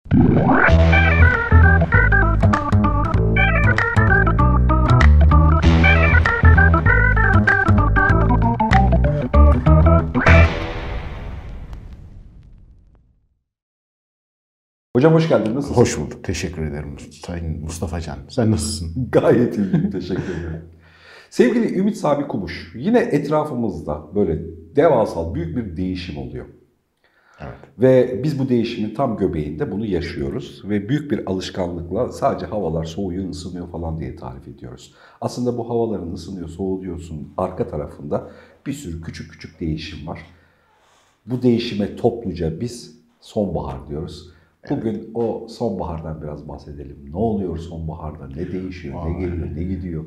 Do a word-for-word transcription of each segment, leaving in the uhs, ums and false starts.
Hocam hoş geldin. Nasılsın? Hoş bulduk. Teşekkür ederim Sayın Mustafa Can. Sen nasılsın? Gayet iyiyim. Teşekkür ederim. Sevgili Ümit Sabi Kumuş, yine etrafımızda böyle devasal büyük bir değişim oluyor. Evet. Ve biz bu değişimin tam göbeğinde bunu yaşıyoruz. Ve büyük bir alışkanlıkla sadece havalar soğuyor, ısınıyor falan diye tarif ediyoruz. Aslında bu havaların ısınıyor, soğuyorsun arka tarafında bir sürü küçük küçük değişim var. Bu değişime topluca biz sonbahar diyoruz. Bugün evet. O sonbahardan biraz bahsedelim. Ne oluyor sonbaharda? Ne değişiyor? Vay. Ne geliyor? Ne gidiyor?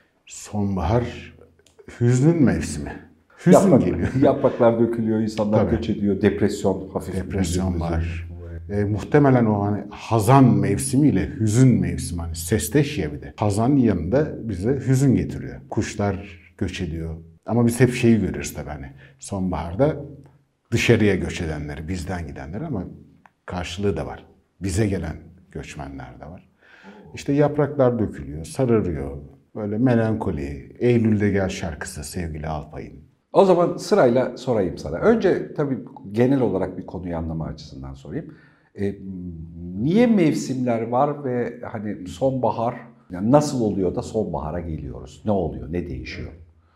Sonbahar hüznün mevsimi. Hüzün Yaprak, geliyor. Yapraklar dökülüyor, insanlar Tabii. göç ediyor. Depresyon, hafif Depresyon var. E, muhtemelen o hani hazan mevsimiyle hüzün mevsimi hani sesteşya bir de. Hazan yanında bize hüzün getiriyor. Kuşlar göç ediyor. Ama biz hep şeyi görüyoruz tabii hani sonbaharda dışarıya göç edenleri, bizden gidenleri ama karşılığı da var. Bize gelen göçmenler de var. İşte yapraklar dökülüyor, sararıyor. Böyle melankoli, Eylül'de Gel şarkısı sevgili Alpay'ın. O zaman sırayla sorayım sana. Önce tabii genel olarak bir konuyu anlama açısından sorayım. E, niye mevsimler var ve hani sonbahar, yani nasıl oluyor da sonbahara geliyoruz? Ne oluyor, ne değişiyor?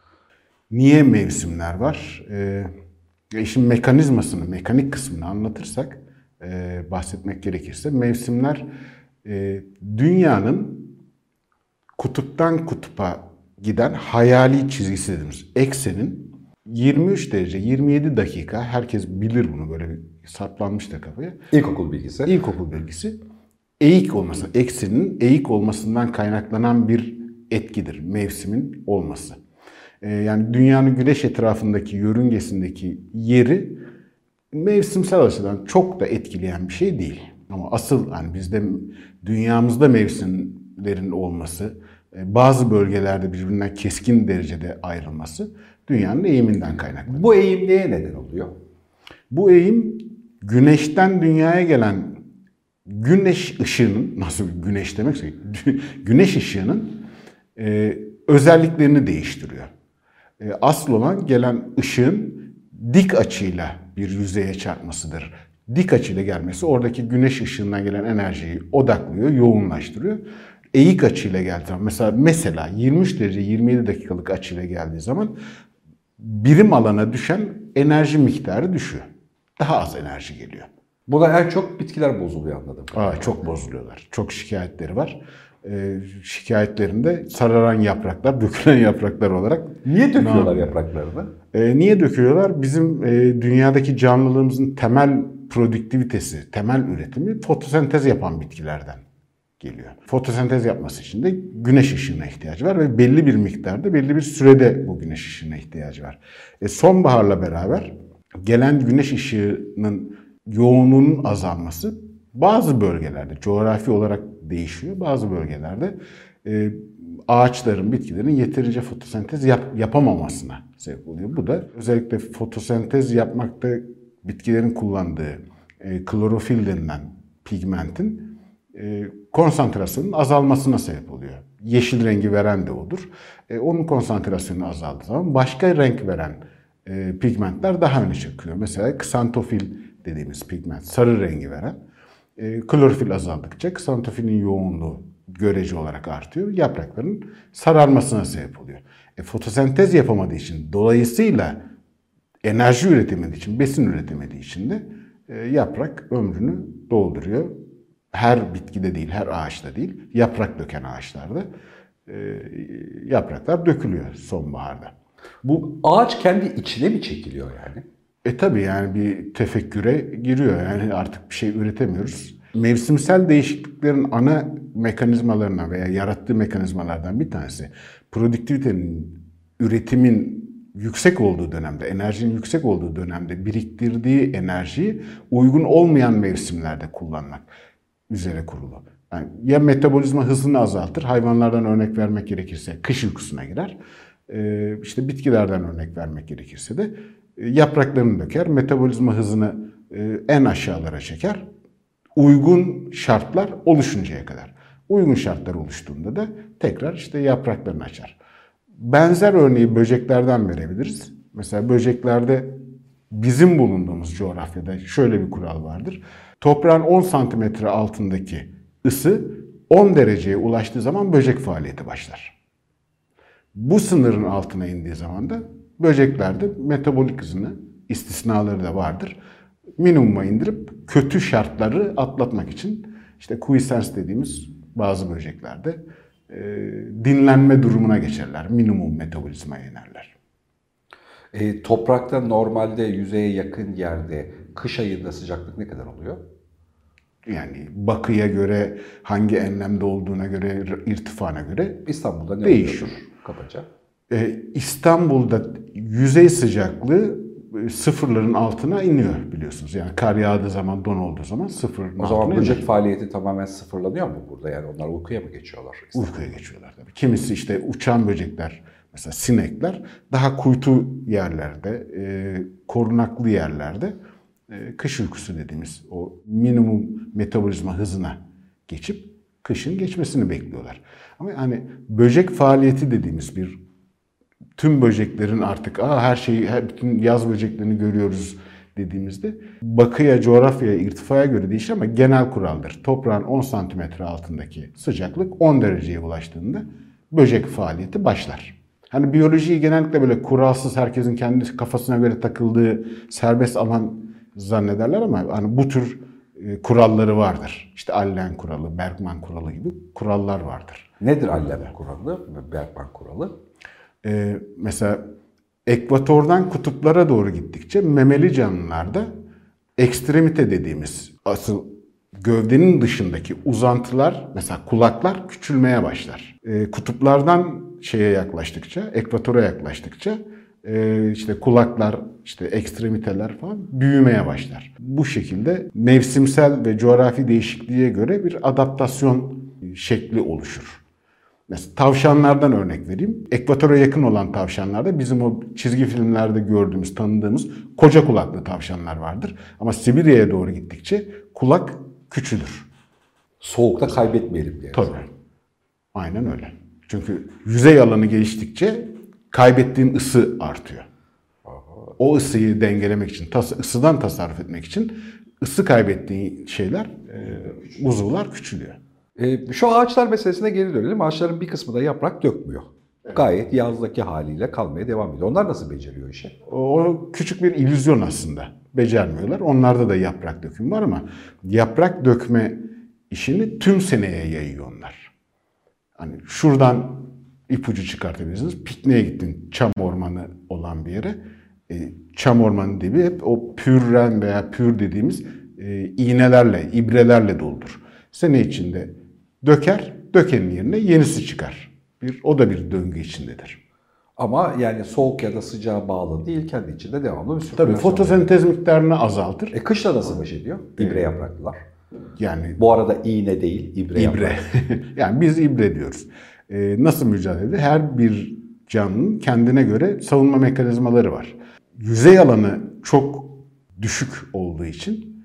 Niye mevsimler var? E, işin mekanizmasını, mekanik kısmını anlatırsak, e, bahsetmek gerekirse mevsimler e, dünyanın kutuptan kutupa giden hayali çizgisi dediğimiz eksenin yirmi üç derece yirmi yedi dakika, herkes bilir bunu, böyle bir saplanmış da kafaya. İlkokul bilgisi. İlkokul bilgisi. Eğik olması, eksenin eğik olmasından kaynaklanan bir etkidir mevsimin olması. Ee, yani dünyanın güneş etrafındaki yörüngesindeki yeri mevsimsel açıdan çok da etkileyen bir şey değil. Ama asıl hani bizde dünyamızda mevsimlerin olması, bazı bölgelerde birbirinden keskin derecede ayrılması dünyanın eğiminden kaynaklanıyor. Bu eğim neye neden oluyor? Bu eğim güneşten dünyaya gelen güneş ışığının, nasıl güneş demekse, güneş ışığının e, özelliklerini değiştiriyor. E, asıl olan gelen ışığın dik açıyla bir yüzeye çarpmasıdır. Dik açıyla gelmesi oradaki güneş ışığından gelen enerjiyi odaklıyor, yoğunlaştırıyor. Eğik açıyla geldiği zaman, mesela, mesela yirmi üç derece yirmi yedi dakikalık açıyla geldiği zaman birim alana düşen enerji miktarı düşüyor. Daha az enerji geliyor. Buna en çok bitkiler bozuluyor anladım. Aa, çok bozuluyorlar. Çok şikayetleri var. Ee, şikayetlerinde sararan yapraklar, dökülen yapraklar olarak. Niye döküyorlar yapraklarını? Ee, niye döküyorlar? Bizim e, dünyadaki canlılığımızın temel produktivitesi, temel üretimi fotosentez yapan bitkilerden geliyor. Fotosentez yapması için de güneş ışığına ihtiyacı var ve belli bir miktarda, belli bir sürede bu güneş ışığına ihtiyacı var. E, sonbaharla beraber gelen güneş ışığının yoğunluğunun azalması bazı bölgelerde coğrafi olarak değişiyor. Bazı bölgelerde e, ağaçların, bitkilerin yeterince fotosentez yap, yapamamasına sebep oluyor. Bu da özellikle fotosentez yapmakta bitkilerin kullandığı e, klorofil denilen pigmentin e, konsantrasyonun azalmasına sebep oluyor. Yeşil rengi veren de odur. E, onun konsantrasyonu azaldığı zaman başka renk veren e, pigmentler daha öne çıkıyor. Mesela ksantofil dediğimiz pigment, sarı rengi veren. E, klorofil azaldıkça ksantofilin yoğunluğu görece olarak artıyor. Yaprakların sararmasına sebep oluyor. E, fotosentez yapamadığı için, dolayısıyla enerji üretemediği için, besin üretemediği için de e, yaprak ömrünü dolduruyor. Her bitkide değil, her ağaçta değil, yaprak döken ağaçlarda e, yapraklar dökülüyor sonbaharda. Bu ağaç kendi içine mi çekiliyor yani? E tabii yani bir tefekküre giriyor. Yani artık bir şey üretemiyoruz. Mevsimsel değişikliklerin ana mekanizmalarından veya yarattığı mekanizmalardan bir tanesi produktivitenin, üretimin yüksek olduğu dönemde, enerjinin yüksek olduğu dönemde biriktirdiği enerjiyi uygun olmayan mevsimlerde kullanmak üzere kurulu. Yani ya metabolizma hızını azaltır, hayvanlardan örnek vermek gerekirse kış uykusuna girer. Ee, işte bitkilerden örnek vermek gerekirse de yapraklarını döker, metabolizma hızını en aşağılara çeker. Uygun şartlar oluşuncaya kadar. Uygun şartlar oluştuğunda da tekrar işte yapraklarını açar. Benzer örneği böceklerden verebiliriz. Mesela böceklerde bizim bulunduğumuz coğrafyada şöyle bir kural vardır. Toprağın on santimetre altındaki ısı on dereceye ulaştığı zaman böcek faaliyeti başlar. Bu sınırın altına indiği zaman da böceklerde metabolik hızını, istisnaları da vardır, minimuma indirip kötü şartları atlatmak için işte quiescence dediğimiz bazı böceklerde e, dinlenme durumuna geçerler. Minimum metabolizmaya inerler. E, toprakta normalde yüzeye yakın yerde kış ayında sıcaklık ne kadar oluyor? Yani bakıya göre, hangi enlemde olduğuna göre, irtifana göre İstanbul'da ne değişir. oluyordur kabaca? Ee, İstanbul'da yüzey sıcaklığı e, sıfırların altına iniyor biliyorsunuz. Yani kar yağdığı zaman, don olduğu zaman sıfırın O altına zaman böcek iner. faaliyeti tamamen sıfırlanıyor mu burada? Yani onlar uykuya mı geçiyorlar? Uykuya geçiyorlar tabii. Kimisi işte uçan böcekler, mesela sinekler daha kuytu yerlerde, e, korunaklı yerlerde e, kış uykusu dediğimiz o minimum metabolizma hızına geçip kışın geçmesini bekliyorlar. Ama hani böcek faaliyeti dediğimiz bir tüm böceklerin artık Aa, her şeyi, her, bütün yaz böceklerini görüyoruz dediğimizde bakıya, coğrafyaya, irtifaya göre değişir ama genel kuraldır. Toprağın on santimetre altındaki sıcaklık on dereceye ulaştığında böcek faaliyeti başlar. Hani biyolojiyi genellikle böyle kuralsız, herkesin kendi kafasına göre takıldığı serbest alan zannederler ama hani bu tür e, kuralları vardır. İşte Allen kuralı, Bergman kuralı gibi kurallar vardır. Nedir Allen kuralı ve Bergman kuralı? Ee, mesela ekvatordan kutuplara doğru gittikçe memeli canlılarda ekstremite dediğimiz asıl gövdenin dışındaki uzantılar, mesela kulaklar küçülmeye başlar. Ee, kutuplardan şeye yaklaştıkça, ekvatora yaklaştıkça e, işte kulaklar, işte ekstremiteler falan büyümeye başlar. Bu şekilde mevsimsel ve coğrafi değişikliğe göre bir adaptasyon şekli oluşur. Mesela tavşanlardan örnek vereyim. Ekvatora yakın olan tavşanlarda bizim o çizgi filmlerde gördüğümüz, tanıdığımız koca kulaklı tavşanlar vardır. Ama Sibirya'ya doğru gittikçe kulak küçülür. Soğukta kaybetmeyelim diye. Tabii. Aynen öyle. Çünkü yüzey alanı geliştikçe kaybettiğin ısı artıyor. O ısıyı dengelemek için, tas- ısıdan tasarruf etmek için ısı kaybettiğin şeyler, e, uzuvlar küçülüyor. E, şu ağaçlar meselesine geri dönelim. Ağaçların bir kısmı da yaprak dökmüyor. Gayet yazdaki haliyle kalmaya devam ediyor. Onlar nasıl beceriyor işi? O küçük bir illüzyon aslında. Becermiyorlar. Onlarda da yaprak dökümü var ama yaprak dökme işini tüm seneye yayıyor onlar. Hani şuradan ipucu çıkartabilirsiniz. Pikniğe gittin çam ormanı olan bir yere. E, çam ormanı dibi hep o pürren veya pür dediğimiz e, iğnelerle, ibrelerle doludur. Sene içinde döker, dökenin yerine yenisi çıkar. Bir, o da bir döngü içindedir. Ama yani soğuk ya da sıcağa bağlı değil, kendi içinde devamlı bir Tabii sirkülasyon. fotosentez miktarını azaltır. E kışla nasıl baş ediyor? İbre yapraklılar. Yani Bu arada iğne değil, ibre, ibre. yaprak. Yani biz ibre diyoruz. Ee, nasıl mücadele ediyor? Her bir canlının kendine göre savunma mekanizmaları var. Yüzey alanı çok düşük olduğu için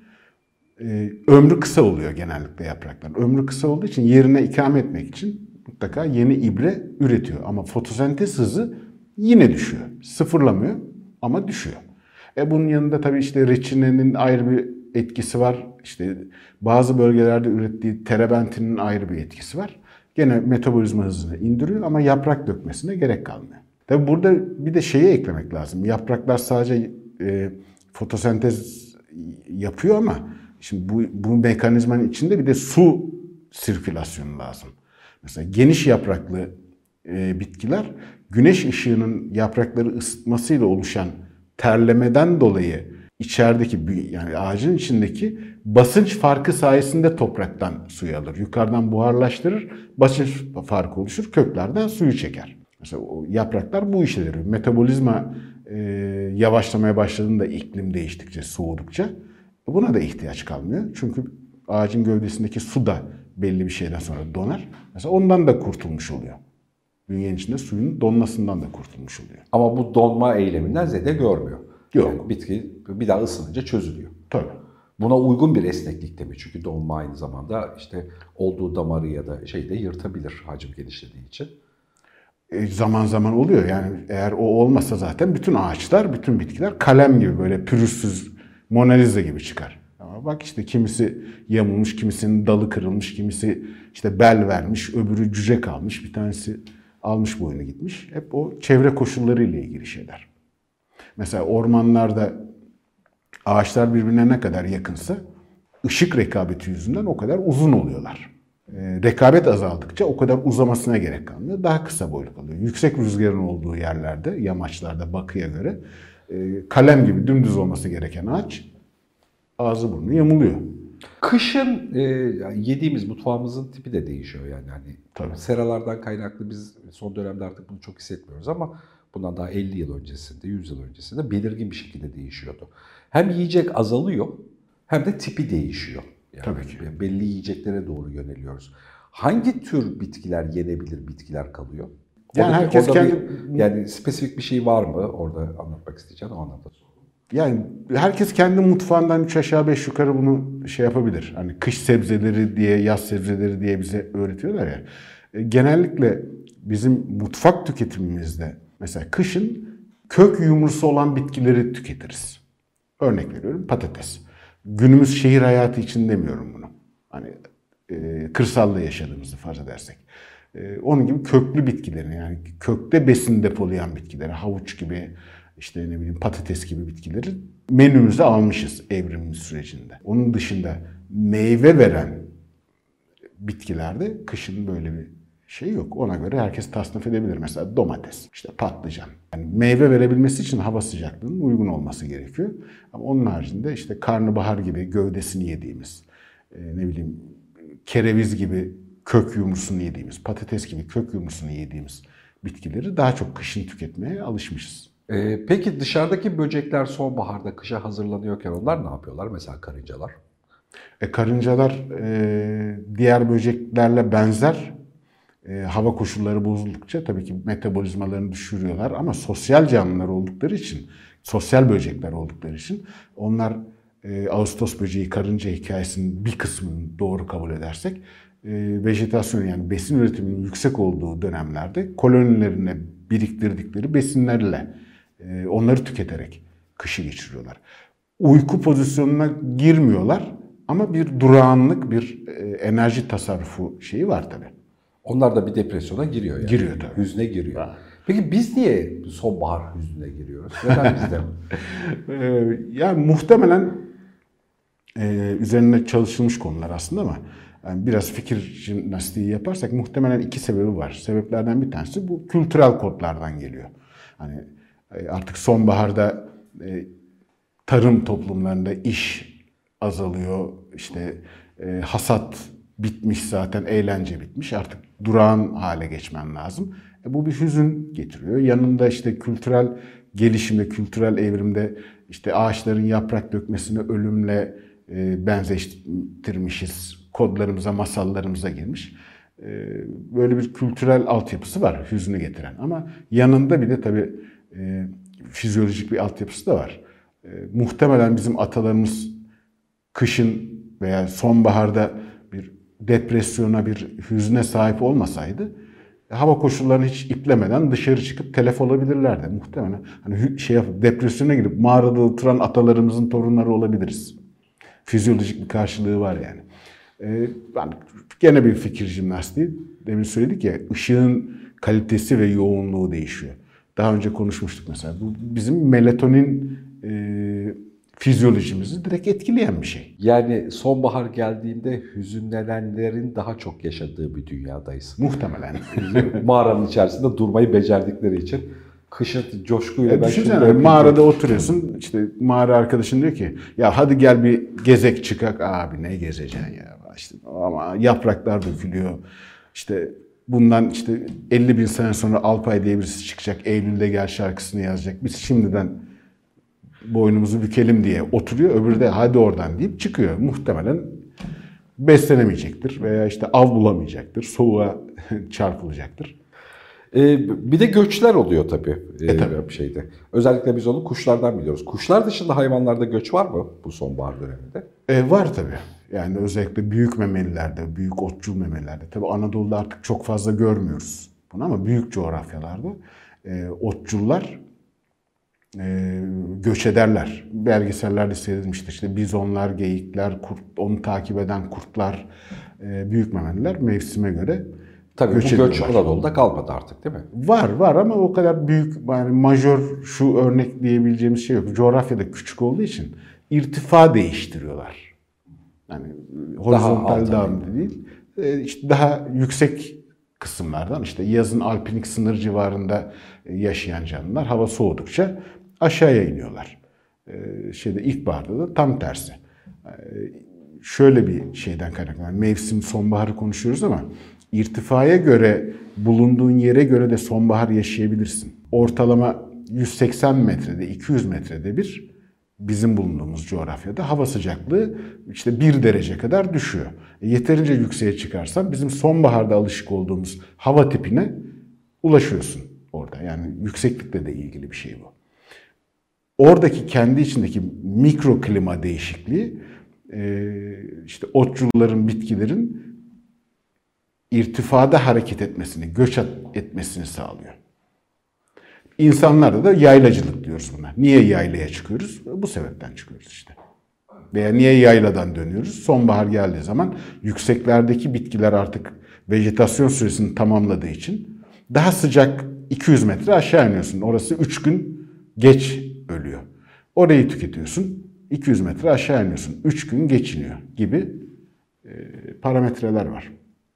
e, ömrü kısa oluyor genellikle yaprakların. Ömrü kısa olduğu için yerine ikame etmek için mutlaka yeni ibre üretiyor. Ama fotosentez hızı yine düşüyor. Sıfırlamıyor ama düşüyor. E bunun yanında tabii işte reçinenin ayrı bir etkisi var. İşte bazı bölgelerde ürettiği terebentinin ayrı bir etkisi var. Gene metabolizma hızını indiriyor ama yaprak dökmesine gerek kalmıyor. Tabii burada bir de şeyi eklemek lazım. Yapraklar sadece e, fotosentez yapıyor ama şimdi bu, bu mekanizmanın içinde bir de su sirkülasyonu lazım. Mesela geniş yapraklı e, bitkiler güneş ışığının yaprakları ısıtmasıyla oluşan terlemeden dolayı içerideki, yani ağacın içindeki basınç farkı sayesinde topraktan suyu alır. Yukarıdan buharlaştırır, basınç farkı oluşur, köklerden suyu çeker. Mesela o yapraklar bu işe yarıyor. Metabolizma e, yavaşlamaya başladığında, iklim değiştikçe, soğudukça buna da ihtiyaç kalmıyor. Çünkü ağacın gövdesindeki su da belli bir şeyden sonra donar. Mesela ondan da kurtulmuş oluyor. Bünyenin içinde suyun donmasından da kurtulmuş oluyor. Ama bu donma eyleminden zede görmüyor. Yok. Yani bitki bir daha ısınınca çözülüyor. Tabii. Buna uygun bir esneklikte mi? Çünkü donma aynı zamanda işte olduğu damarı ya da şeyde yırtabilir hacim genişlediği için. E, zaman zaman oluyor. Yani eğer o olmasa zaten bütün ağaçlar, bütün bitkiler kalem gibi böyle pürüzsüz, Mona Lisa gibi çıkar. Ama bak işte kimisi yamulmuş, kimisinin dalı kırılmış, kimisi işte bel vermiş, öbürü cüce kalmış, bir tanesi almış boyunu gitmiş. Hep o çevre koşulları ile ilgili şeyler. Mesela ormanlarda ağaçlar birbirine ne kadar yakınsa ışık rekabeti yüzünden o kadar uzun oluyorlar. E, rekabet azaldıkça o kadar uzamasına gerek kalmıyor. Daha kısa boylu kalıyor. Yüksek rüzgarın olduğu yerlerde, yamaçlarda bakıya göre e, kalem gibi dümdüz olması gereken ağaç ağzı burnu yamuluyor. Kışın e, yediğimiz mutfağımızın tipi de değişiyor yani. Hani Tabii. seralardan kaynaklı biz son dönemde artık bunu çok hissetmiyoruz ama bundan daha elli yıl öncesinde, yüz yıl öncesinde belirgin bir şekilde değişiyordu. Hem yiyecek azalıyor hem de tipi değişiyor. Yani Tabii ki. belli yiyeceklere doğru yöneliyoruz. Hangi tür bitkiler yenebilir bitkiler kalıyor? Yani Oradaki- herkes orada kendi- bir- yani spesifik bir şey var mı orada anlatmak isteyeceğim o anlamda. Yani herkes kendi mutfağından üç aşağı beş yukarı bunu şey yapabilir. Hani kış sebzeleri diye, yaz sebzeleri diye bize öğretiyorlar ya. E, Genellikle bizim mutfak tüketimimizde mesela kışın kök yumrusu olan bitkileri tüketiriz. Örnek veriyorum patates. Günümüz şehir hayatı için demiyorum bunu. Hani e, kırsalda yaşadığımızı farz edersek. E, onun gibi köklü bitkilerin yani kökte besin depolayan bitkileri, havuç gibi, işte ne bileyim patates gibi bitkileri menümüze almışız evrimimiz sürecinde. Onun dışında meyve veren bitkilerde kışın böyle bir şey yok. Ona göre herkes tasnif edebilir. Mesela domates, işte patlıcan. Yani meyve verebilmesi için hava sıcaklığının uygun olması gerekiyor. Ama onun haricinde işte karnabahar gibi gövdesini yediğimiz, ne bileyim kereviz gibi kök yumrusunu yediğimiz, patates gibi kök yumrusunu yediğimiz bitkileri daha çok kışın tüketmeye alışmışız. Ee, peki dışarıdaki böcekler sonbaharda kışa hazırlanıyorken onlar ne yapıyorlar? Mesela karıncalar. E, karıncalar e, diğer böceklerle benzer. E, hava koşulları bozuldukça tabii ki metabolizmalarını düşürüyorlar ama sosyal canlılar oldukları için, sosyal böcekler oldukları için onlar e, Ağustos böceği, karınca hikayesinin bir kısmını doğru kabul edersek e, vejetasyon yani besin üretiminin yüksek olduğu dönemlerde kolonilerine biriktirdikleri besinlerle e, onları tüketerek kışı geçiriyorlar. Uyku pozisyonuna girmiyorlar ama bir durağanlık, bir e, enerji tasarrufu şeyi var tabii. Onlar da bir depresyona giriyor yani. Giriyor tabii. Hüzne giriyor. Peki biz niye sonbahar hüznüne giriyoruz? Neden bizde? Ee, yani muhtemelen e, üzerine çalışılmış konular aslında ama yani biraz fikir jimnastiği yaparsak muhtemelen iki sebebi var. Sebeplerden bir tanesi bu kültürel kodlardan geliyor. Hani e, artık sonbaharda e, tarım toplumlarında iş azalıyor. İşte e, hasat bitmiş zaten, eğlence bitmiş. Artık durağan hale geçmen lazım. E, bu bir hüzün getiriyor. Yanında işte kültürel gelişimde, kültürel evrimde işte ağaçların yaprak dökmesini ölümle e, benzeştirmişiz. Kodlarımıza, masallarımıza girmiş. E, böyle bir kültürel altyapısı var hüznü getiren. Ama yanında bir de tabii e, fizyolojik bir altyapısı da var. E, muhtemelen bizim atalarımız kışın veya sonbaharda bir depresyona, bir hüzne sahip olmasaydı hava koşullarını hiç iplemeden dışarı çıkıp telef olabilirlerdi muhtemelen. Hani şey yapıp depresyona girip mağarada oturan atalarımızın torunları olabiliriz. Fizyolojik bir karşılığı var yani. Ee, ben gene bir fikir jimnastiği. Demin söyledik ya, ışığın kalitesi ve yoğunluğu değişiyor. Daha önce konuşmuştuk mesela. Bu bizim melatonin e, fizyolojimizi direkt etkileyen bir şey. Yani sonbahar geldiğinde hüzünlenenlerin daha çok yaşadığı bir dünyadayız. Muhtemelen. Mağaranın içerisinde durmayı becerdikleri için kışın coşkuyla E ben düşünsene şunu mağarada oturuyorsun, işte mağara arkadaşın diyor ki ya hadi gel bir gezek çıkak. Abi ne gezeceksin ya, işte ama yapraklar dökülüyor. İşte bundan işte elli bin sene sonra Alpay diye birisi çıkacak, Eylül'de gel şarkısını yazacak. Biz şimdiden boynumuzu bükelim diye oturuyor, öbürü de hadi oradan deyip çıkıyor. Muhtemelen beslenemeyecektir veya işte av bulamayacaktır, soğuğa çarpılacaktır. Ee, bir de göçler oluyor tabii, e, E, tabii. bir şeyde. Özellikle biz onu kuşlardan biliyoruz. Kuşlar dışında hayvanlarda göç var mı bu sonbahar döneminde? E, var tabii. Yani özellikle büyük memelilerde, büyük otçul memelilerde. Tabii Anadolu'da artık çok fazla görmüyoruz bunu ama büyük coğrafyalarda e, otçullar e, göç ederler. Belgesellerde seyredilmiştir. İşte bizonlar, geyikler, kurt, onu takip eden kurtlar, e, büyük memeliler mevsime göre Tabii göç bu göç ediyorlar. Anadolu'da kalmadı artık, değil mi? Var var ama o kadar büyük, yani majör şu örnek diyebileceğimiz şey yok. Coğrafyada küçük olduğu için irtifa değiştiriyorlar. Yani horizontal alta dağ değil, e, işte daha yüksek kısımlardan, işte yazın alpinik sınır civarında yaşayan canlılar hava soğudukça aşağıya iniyorlar. E, şeyde ilkbaharda da tam tersi. E, şöyle bir şeyden kaynaklanan, mevsim sonbaharı konuşuyoruz ama irtifaya göre, bulunduğun yere göre de sonbahar yaşayabilirsin. Ortalama yüz seksen metrede, iki yüz metrede bir bizim bulunduğumuz coğrafyada hava sıcaklığı işte bir derece kadar düşüyor. E, yeterince yükseğe çıkarsan bizim sonbaharda alışık olduğumuz hava tipine ulaşıyorsun orada. Yani yükseklikle de ilgili bir şey bu. Oradaki kendi içindeki mikro klima değişikliği işte otçulların, bitkilerin irtifada hareket etmesini, göç etmesini sağlıyor. İnsanlarda da yaylacılık diyoruz buna. Niye yaylaya çıkıyoruz? Bu sebepten çıkıyoruz işte. Veya niye yayladan dönüyoruz? Sonbahar geldiği zaman yükseklerdeki bitkiler artık vejetasyon süresini tamamladığı için daha sıcak iki yüz metre aşağı iniyorsun. Orası üç gün geç ölüyor. Orayı tüketiyorsun. iki yüz metre aşağı iniyorsun. üç gün geçiniyor gibi e, parametreler var.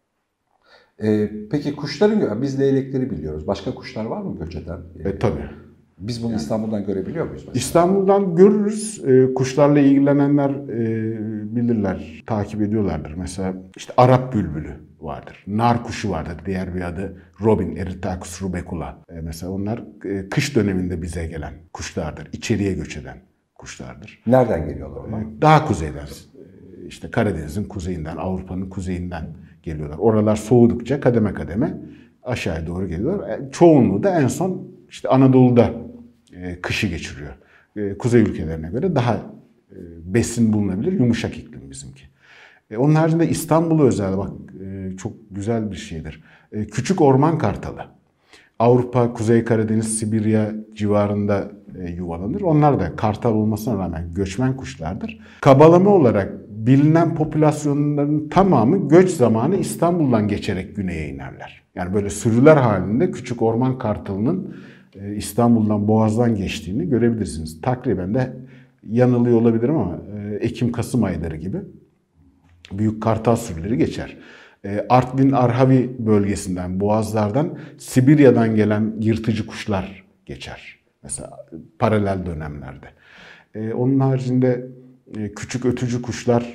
Ee, peki kuşların, biz leylekleri biliyoruz. Başka kuşlar var mı göç eden? E, tabii. Biz bunu yani İstanbul'dan görebiliyor muyuz mesela? İstanbul'dan görürüz. E, kuşlarla ilgilenenler e, bilirler, takip ediyorlardır. Mesela işte Arap bülbülü vardır. Nar kuşu vardır. Diğer bir adı Robin, Erythracus rubecula. E, mesela onlar e, kış döneminde bize gelen kuşlardır. İçeriye göç eden kuşlardır. Nereden geliyorlar onlar? E, daha kuzeyden. E, işte Karadeniz'in kuzeyinden, Avrupa'nın kuzeyinden geliyorlar. Oralar soğudukça kademe kademe aşağıya doğru geliyorlar. E, çoğunluğu da en son işte Anadolu'da e, kışı geçiriyor. E, kuzey ülkelerine göre daha e, besin bulunabilir, yumuşak iklim bizimki. E, onun haricinde İstanbul'a özel, bak e, çok güzel bir şeydir. E, küçük orman kartalı. Avrupa, Kuzey Karadeniz, Sibirya civarında e, yuvalanır. Onlar da kartal olmasına rağmen göçmen kuşlardır. Kabalama olarak bilinen popülasyonların tamamı göç zamanı İstanbul'dan geçerek güneye inerler. Yani böyle sürüler halinde küçük orman kartalının e, İstanbul'dan, Boğaz'dan geçtiğini görebilirsiniz. Takriben de yanılıyor olabilirim ama e, Ekim-Kasım ayları gibi büyük kartal sürüleri geçer. Artvin, Arhavi bölgesinden, Boğazlardan, Sibirya'dan gelen yırtıcı kuşlar geçer. Mesela paralel dönemlerde. Onun haricinde küçük ötücü kuşlar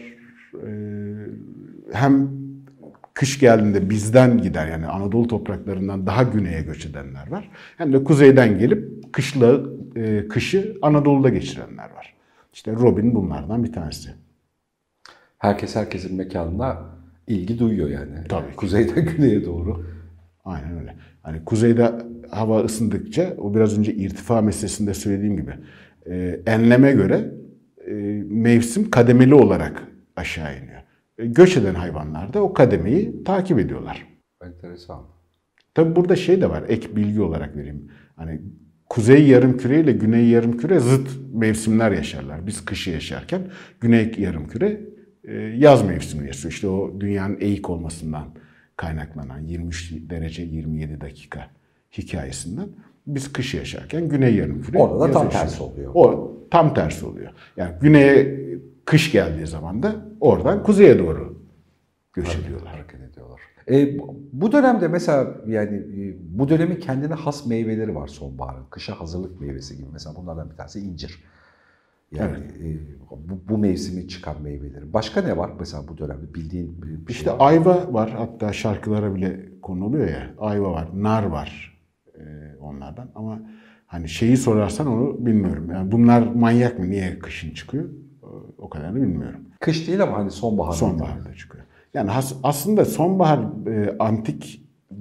hem kış geldiğinde bizden gider, yani Anadolu topraklarından daha güneye göç edenler var. Hem de kuzeyden gelip kışla, kışı Anadolu'da geçirenler var. İşte Robin bunlardan bir tanesi. Herkes herkesin mekanına ilgi duyuyor yani. Tabii. Kuzeyden güneye doğru. Aynen öyle. Hani kuzeyde hava ısındıkça, o biraz önce irtifa meselesinde söylediğim gibi e, enleme göre e, mevsim kademeli olarak aşağı iniyor. E, göç eden hayvanlar da o kademeyi takip ediyorlar. Enteresan. Tabii burada şey de var, ek bilgi olarak vereyim. Hani kuzey yarımküre ile güney yarımküre zıt mevsimler yaşarlar. Biz kışı yaşarken güney yarımküre yaz mevsimi yaşıyor. İşte o dünyanın eğik olmasından kaynaklanan yirmi üç derece yirmi yedi dakika hikayesinden biz kış yaşarken güney yarımküre orada da tam yaşıyor. tersi oluyor. O tam tersi oluyor. Yani güneye kış geldiği zaman da oradan kuzeye doğru göç hareket, ediyorlar. Hareket ediyorlar. E, bu dönemde mesela yani e, bu dönemin kendine has meyveleri var sonbaharın. Kışa hazırlık meyvesi gibi. Mesela bunlardan bir tanesi incir. Yani evet. e, bu, bu mevsimi çıkan meyveleri. Başka ne var mesela bu dönemde bildiğin bir İşte şey var? ayva var. Hatta şarkılara bile konuluyor ya. Ayva var. Nar var e, onlardan. Ama hani şeyi sorarsan onu bilmiyorum. Yani bunlar manyak mı? Niye kışın çıkıyor? O kadarını bilmiyorum. Kış değil ama hani sonbahar. Sonbaharda çıkıyor. Yani has, aslında sonbahar e, antik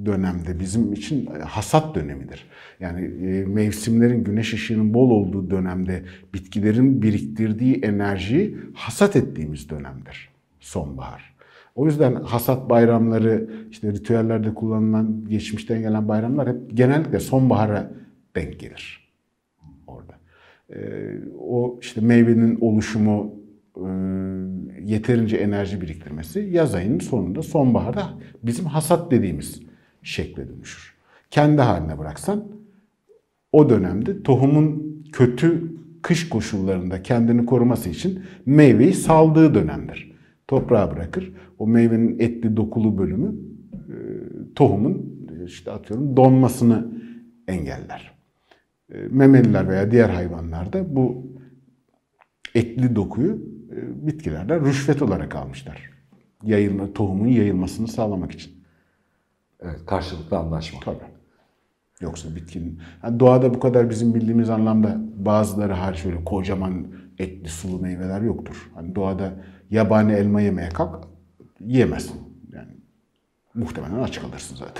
dönemde bizim için hasat dönemidir. Yani mevsimlerin, güneş ışığının bol olduğu dönemde bitkilerin biriktirdiği enerjiyi hasat ettiğimiz dönemdir sonbahar. O yüzden hasat bayramları, işte ritüellerde kullanılan, geçmişten gelen bayramlar hep genellikle sonbahara denk gelir orada. O işte meyvenin oluşumu, yeterince enerji biriktirmesi yaz ayının sonunda, sonbaharda bizim hasat dediğimiz şekle dönüşür. Kendi haline bıraksan o dönemde tohumun kötü kış koşullarında kendini koruması için meyveyi saldığı dönemdir. Toprağa bırakır. O meyvenin etli dokulu bölümü tohumun işte atıyorum donmasını engeller. Memeliler veya diğer hayvanlarda bu etli dokuyu bitkilerden rüşvet olarak almışlar. Yayılma, tohumun yayılmasını sağlamak için. Evet, karşılıklı anlaşma. Tabii. Yoksa bitkinin... Yani doğada bu kadar bizim bildiğimiz anlamda bazıları hariç öyle kocaman etli sulu meyveler yoktur. Hani doğada yabani elma yemeye kalk, yiyemezsin. Yani muhtemelen aç kalırsın zaten.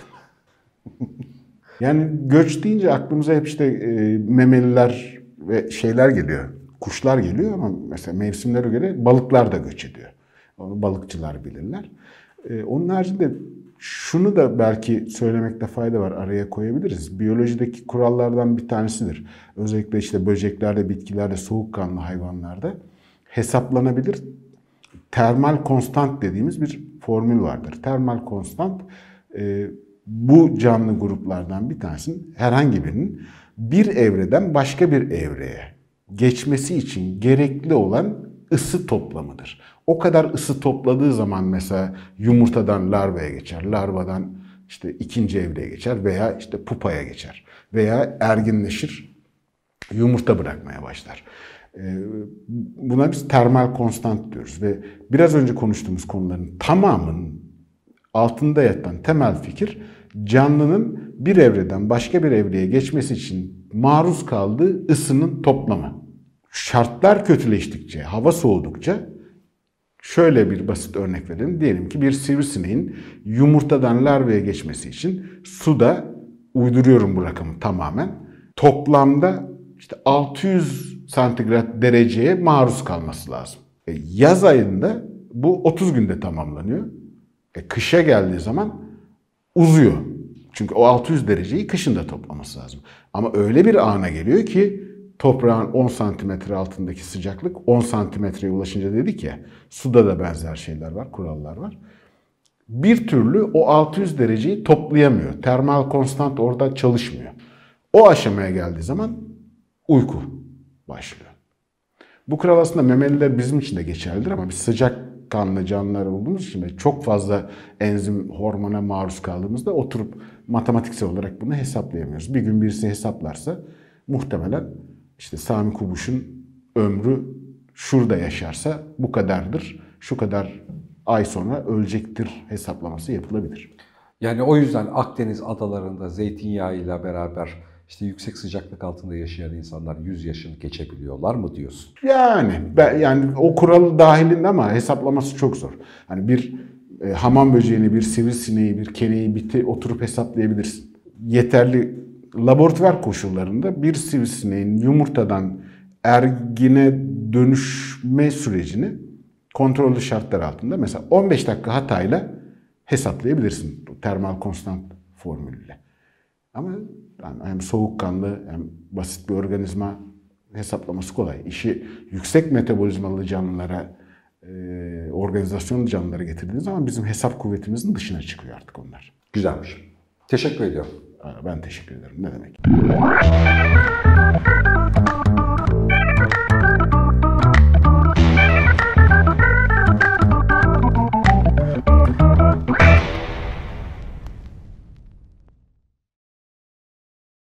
Yani göç deyince aklımıza hep işte e, memeliler ve şeyler geliyor. Kuşlar geliyor ama mesela mevsimlere göre balıklar da göç ediyor. Onu balıkçılar bilirler. Ee, onun haricinde şunu da belki söylemekte fayda var, araya koyabiliriz. Biyolojideki kurallardan bir tanesidir. Özellikle işte böceklerde, bitkilerde, soğukkanlı hayvanlarda hesaplanabilir termal konstant dediğimiz bir formül vardır. Termal konstant e, bu canlı gruplardan bir tanesinin, herhangi birinin bir evreden başka bir evreye geçmesi için gerekli olan ısı toplamıdır. O kadar ısı topladığı zaman mesela yumurtadan larvaya geçer, larvadan işte ikinci evreye geçer veya işte pupaya geçer veya erginleşir, yumurta bırakmaya başlar. Buna biz termal konstant diyoruz ve biraz önce konuştuğumuz konuların tamamının altında yatan temel fikir, canlının bir evreden başka bir evreye geçmesi için maruz kaldığı ısının toplamı. Şartlar kötüleştikçe, hava soğudukça, şöyle bir basit örnek verelim. Diyelim ki bir sivrisineğin yumurtadan larvaya geçmesi için suda, uyduruyorum bu rakamı tamamen, toplamda işte altı yüz santigrat dereceye maruz kalması lazım. E, yaz ayında bu otuz günde tamamlanıyor. E, kışa geldiği zaman uzuyor. Çünkü o altı yüz dereceyi kışın da toplaması lazım. Ama öyle bir ana geliyor ki toprağın on santimetre altındaki sıcaklık on santimetreye ulaşınca dedik ya, suda da benzer şeyler var, kurallar var. Bir türlü o altı yüz dereceyi toplayamıyor. Termal konstant orada çalışmıyor. O aşamaya geldiği zaman uyku başlıyor. Bu kural aslında memeliler bizim için de geçerlidir ama biz sıcak kanlı canlılar olduğumuz için ve çok fazla enzim, hormona maruz kaldığımızda oturup matematiksel olarak bunu hesaplayamıyoruz. Bir gün birisi hesaplarsa muhtemelen işte Sami Kubuş'un ömrü şurada yaşarsa bu kadardır, şu kadar ay sonra ölecektir hesaplaması yapılabilir. Yani o yüzden Akdeniz adalarında zeytinyağıyla beraber işte yüksek sıcaklık altında yaşayan insanlar yüz yaşını geçebiliyorlar mı diyorsun? Yani ben, yani o kuralı dahilinde ama hesaplaması çok zor. Hani bir e, hamam böceğini, bir sivrisineği, bir keneyi, biti oturup hesaplayabilirsin. Yeterli laboratuvar koşullarında bir sivrisineğin yumurtadan ergine dönüşme sürecini kontrollü şartlar altında mesela on beş dakika hatayla hesaplayabilirsin termal konstant formülüyle. Ama yani hem soğukkanlı hem basit bir organizma hesaplaması kolay. İşi yüksek metabolizmalı canlılara, e, organizasyonlu canlılara getirdiğiniz zaman bizim hesap kuvvetimizin dışına çıkıyor artık onlar. Güzelmiş. Teşekkür ediyorum. Ben teşekkür ederim. Ne demek?